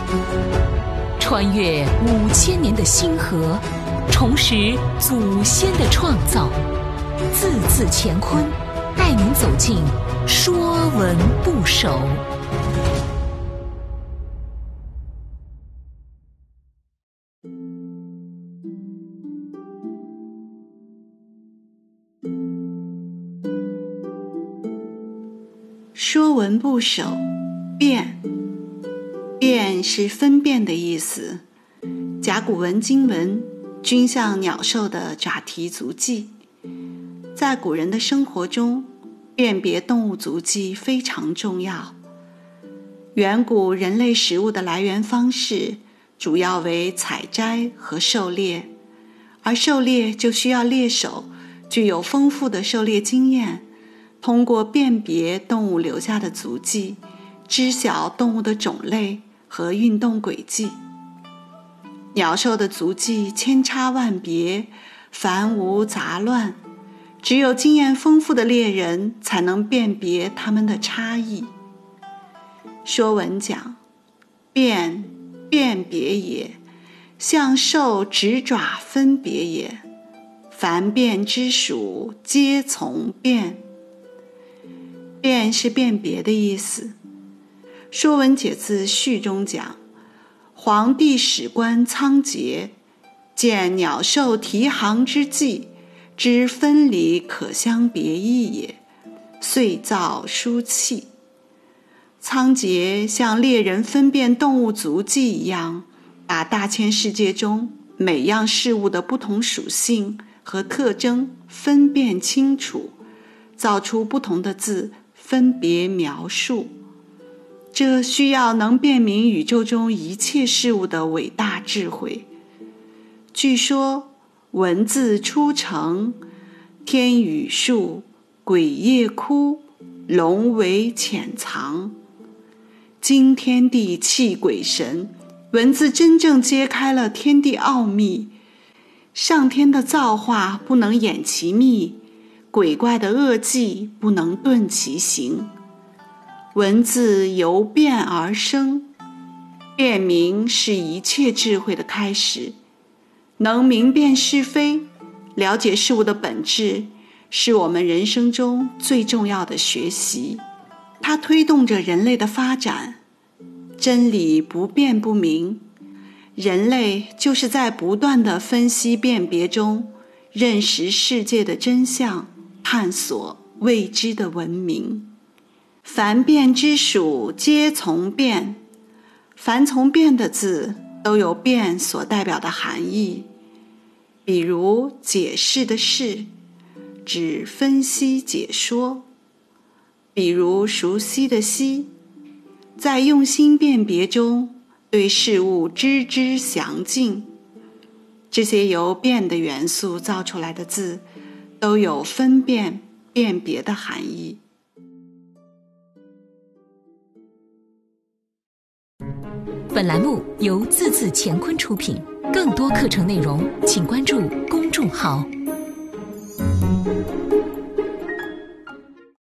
穿越5000年的星河，重拾祖先的创造，字字乾坤，带您走进《说文不首》。 说文部首，辨。辨是分辨的意思。甲骨文经文均像鸟兽的爪蹄足迹。在古人的生活中，辨别动物足迹非常重要。远古人类食物的来源方式主要为采摘和狩猎，而狩猎就需要猎手具有丰富的狩猎经验，通过辨别动物留下的足迹，知晓动物的种类和运动轨迹。鸟兽的足迹千差万别，繁无杂乱，只有经验丰富的猎人才能辨别它们的差异。说文讲，辨，辨别也，象兽指爪分别也。凡辨之属，皆从辨。辨是辨别的意思。说文解字序中讲，黄帝史官仓颉见鸟兽蹄行之迹，知分离可相别异也，遂造书契。仓颉像猎人分辨动物足迹一样，把大千世界中每样事物的不同属性和特征分辨清楚，造出不同的字分别描述。这需要能辨明宇宙中一切事物的伟大智慧。据说文字初成，天宇数，鬼夜哭，龙尾潜藏。惊天地泣鬼神，文字真正揭开了天地奥秘。上天的造化不能掩其秘，鬼怪的恶计不能遁其形。文字由辨而生，辨明是一切智慧的开始。能明辨是非，了解事物的本质，是我们人生中最重要的学习。它推动着人类的发展。真理不辨不明，人类就是在不断的分析辨别中，认识世界的真相，探索未知的文明。凡辨之属，皆从辨。凡从辨的字都有辨所代表的含义。比如解释的释，指分析解说；比如熟悉的悉，在用心辨别中对事物知之详尽。这些由辨的元素造出来的字都有分辨辨别的含义。 本栏目由字字乾坤出品，更多课程内容请关注公众号